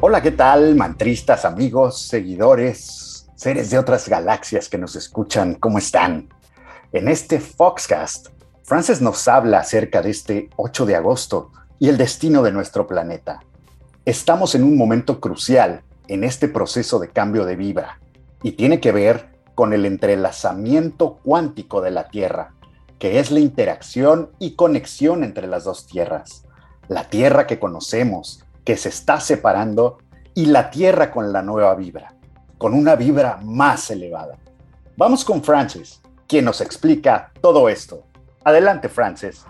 Hola, ¿qué tal? Mantristas, amigos, seguidores, seres de otras galaxias que nos escuchan, ¿cómo están? En este Foxcast, Frances nos habla acerca de este 8 de agosto y el destino de nuestro planeta. Estamos en un momento crucial en este proceso de cambio de vibra y tiene que ver con el entrelazamiento cuántico de la Tierra, que es la interacción y conexión entre las dos tierras. La Tierra que conocemos, que se está separando, y la Tierra con la nueva vibra, con una vibra más elevada. Vamos con Frances, quien nos explica todo esto. Adelante, Frances.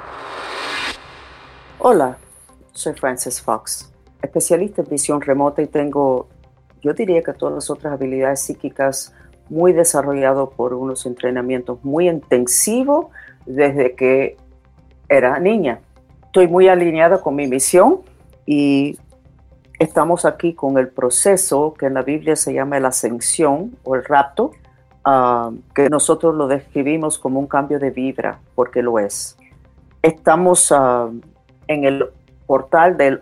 Hola, soy Frances Fox, especialista en visión remota y tengo, yo diría que todas las otras habilidades psíquicas muy desarrolladas por unos entrenamientos muy intensivos desde que era niña. Estoy muy alineada con mi misión y estamos aquí con el proceso que en la Biblia se llama la ascensión o el rapto, que nosotros lo describimos como un cambio de vibra, porque lo es. Estamos en el portal del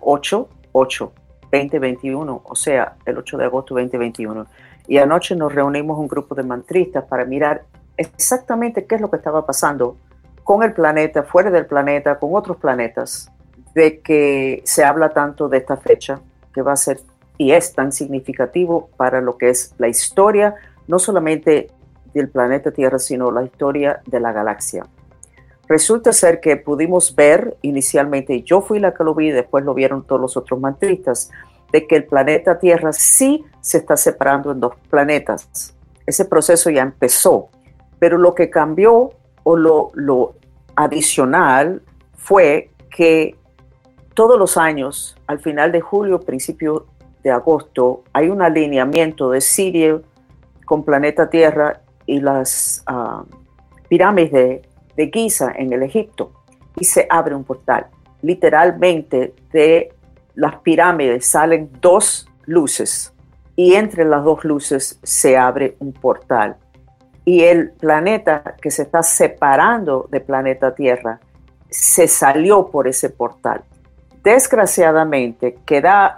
8/8/2021, o sea, el 8 de agosto 2021. Y anoche nos reunimos un grupo de mantristas para mirar exactamente qué es lo que estaba pasando con el planeta, fuera del planeta, con otros planetas, de que se habla tanto de esta fecha, que va a ser y es tan significativo para lo que es la historia, no solamente del planeta Tierra, sino la historia de la galaxia. Resulta ser que pudimos ver inicialmente, yo fui la que lo vi, después lo vieron todos los otros mantristas, de que el planeta Tierra sí se está separando en dos planetas. Ese proceso ya empezó, pero lo que cambió o lo adicional fue que todos los años, al final de julio, principio de agosto, hay un alineamiento de Sirio con planeta Tierra y las pirámides de Giza en el Egipto, y se abre un portal. Literalmente de las pirámides salen dos luces y entre las dos luces se abre un portal. Y el planeta que se está separando de planeta Tierra se salió por ese portal. Desgraciadamente queda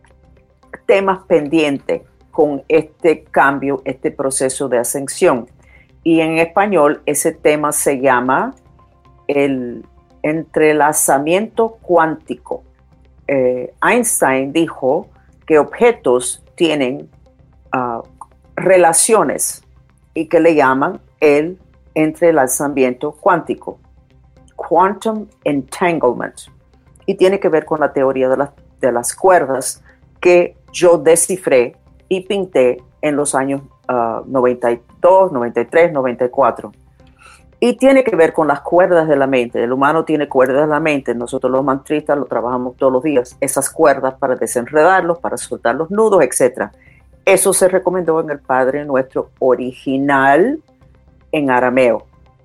temas pendientes con este cambio, este proceso de ascensión. Y en español ese tema se llama el entrelazamiento cuántico. Einstein dijo que objetos tienen relaciones y que le llaman el entrelazamiento cuántico, quantum entanglement, y tiene que ver con la teoría de las cuerdas que yo descifré y pinté en los años 92, 93, 94. Y tiene que ver con las cuerdas de la mente. El humano tiene cuerdas de la mente. Nosotros los mantristas lo trabajamos todos los días. Esas cuerdas para desenredarlos, para soltar los nudos, etc. Eso se recomendó en el Padre Nuestro original en arameo.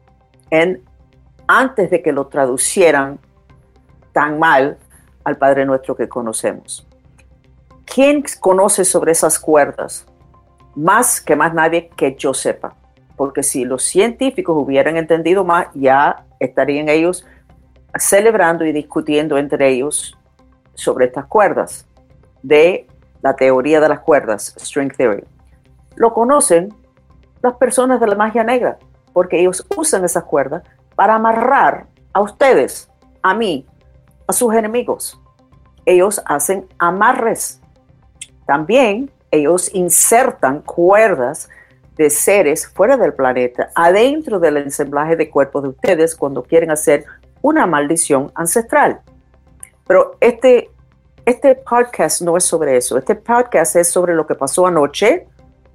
Antes de que lo traducieran tan mal al Padre Nuestro que conocemos. ¿Quién conoce sobre esas cuerdas? Más nadie que yo sepa. Porque si los científicos hubieran entendido más, ya estarían ellos celebrando y discutiendo entre ellos sobre estas cuerdas, de la teoría de las cuerdas, string theory. Lo conocen las personas de la magia negra, porque ellos usan esas cuerdas para amarrar a ustedes, a mí, a sus enemigos. Ellos hacen amarres. También ellos insertan cuerdas de seres fuera del planeta adentro del ensamblaje de cuerpos de ustedes cuando quieren hacer una maldición ancestral. Pero este podcast no es sobre eso. Este podcast es sobre lo que pasó anoche,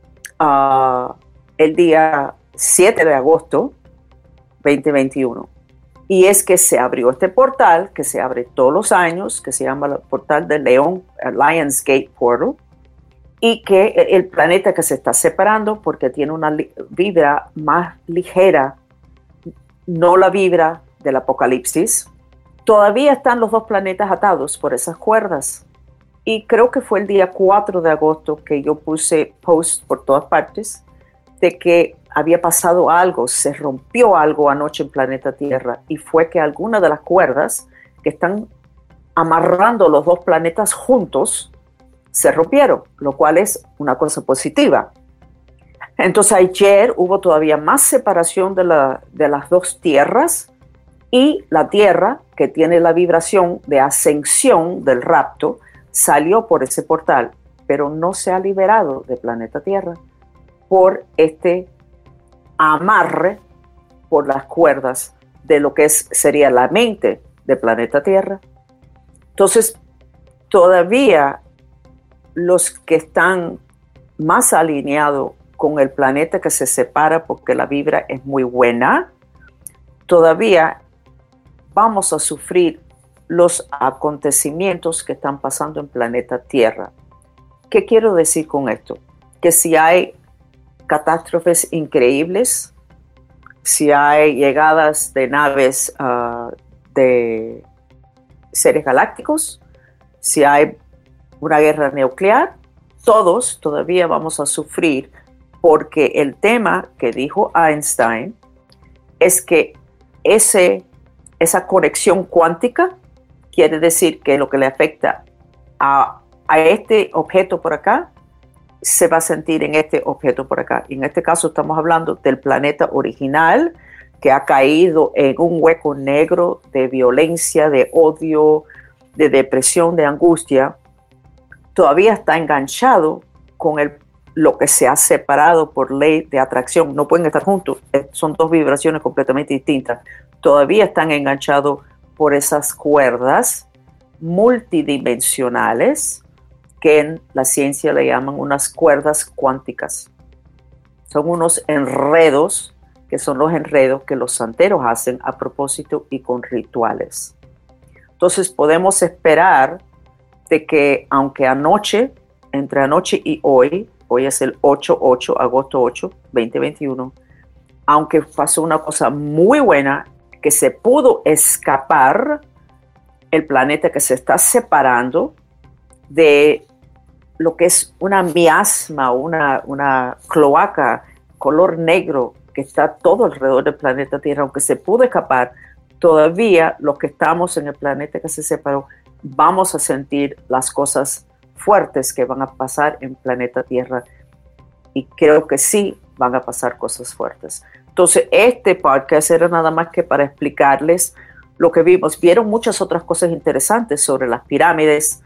el día 7 de agosto 2021. Y es que se abrió este portal, que se abre todos los años, que se llama el portal de León, Lionsgate Portal, y que el planeta que se está separando porque tiene una vibra más ligera, no la vibra del apocalipsis, todavía están los dos planetas atados por esas cuerdas. Y creo que fue el día 4 de agosto que yo puse post por todas partes de que había pasado algo, se rompió algo anoche en planeta Tierra, y fue que algunas de las cuerdas que están amarrando los dos planetas juntos se rompieron, lo cual es una cosa positiva. Entonces ayer hubo todavía más separación de las dos tierras, y la tierra, que tiene la vibración de ascensión del rapto, salió por ese portal, pero no se ha liberado de planeta Tierra por este amarre por las cuerdas de lo que sería la mente de planeta Tierra. Entonces, todavía los que están más alineados con el planeta que se separa porque la vibra es muy buena, todavía vamos a sufrir los acontecimientos que están pasando en planeta Tierra. ¿Qué quiero decir con esto? Que si hay catástrofes increíbles, si hay llegadas de naves de seres galácticos, si hay una guerra nuclear, todos todavía vamos a sufrir, porque el tema que dijo Einstein es que esa conexión cuántica quiere decir que lo que le afecta a este objeto por acá se va a sentir en este objeto por acá. Y en este caso estamos hablando del planeta original, que ha caído en un hueco negro de violencia, de odio, de depresión, de angustia. Todavía está enganchado con lo que se ha separado por ley de atracción. No pueden estar juntos, son dos vibraciones completamente distintas. Todavía están enganchados por esas cuerdas multidimensionales que en la ciencia le llaman unas cuerdas cuánticas. Son unos enredos, que son los enredos que los santeros hacen a propósito y con rituales. Entonces podemos esperar de que, aunque entre anoche y hoy es el 8-8, agosto 8, 2021, aunque pasó una cosa muy buena, que se pudo escapar el planeta que se está separando de lo que es una miasma, una cloaca color negro que está todo alrededor del planeta Tierra. Aunque se pudo escapar, todavía los que estamos en el planeta que se separó vamos a sentir las cosas fuertes que van a pasar en planeta Tierra, y creo que sí van a pasar cosas fuertes. Entonces, este podcast era nada más que para explicarles lo que vimos. Vieron muchas otras cosas interesantes sobre las pirámides,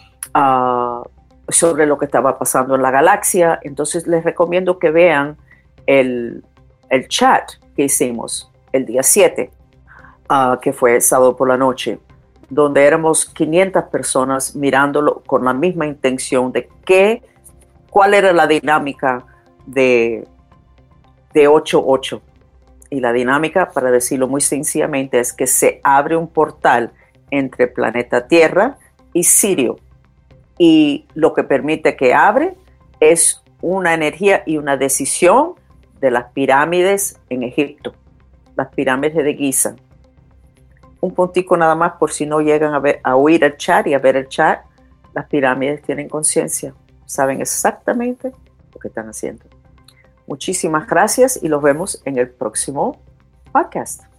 sobre lo que estaba pasando en la galaxia. Entonces, les recomiendo que vean el chat que hicimos el día 7, que fue sábado por la noche, donde éramos 500 personas mirándolo con la misma intención de cuál era la dinámica de 8-8. Y la dinámica, para decirlo muy sencillamente, es que se abre un portal entre planeta Tierra y Sirio. Y lo que permite que abre es una energía y una decisión de las pirámides en Egipto, las pirámides de Giza. Un puntico nada más por si no llegan a oír el chat y a ver el chat. Las pirámides tienen conciencia, saben exactamente lo que están haciendo. Muchísimas gracias y los vemos en el próximo podcast.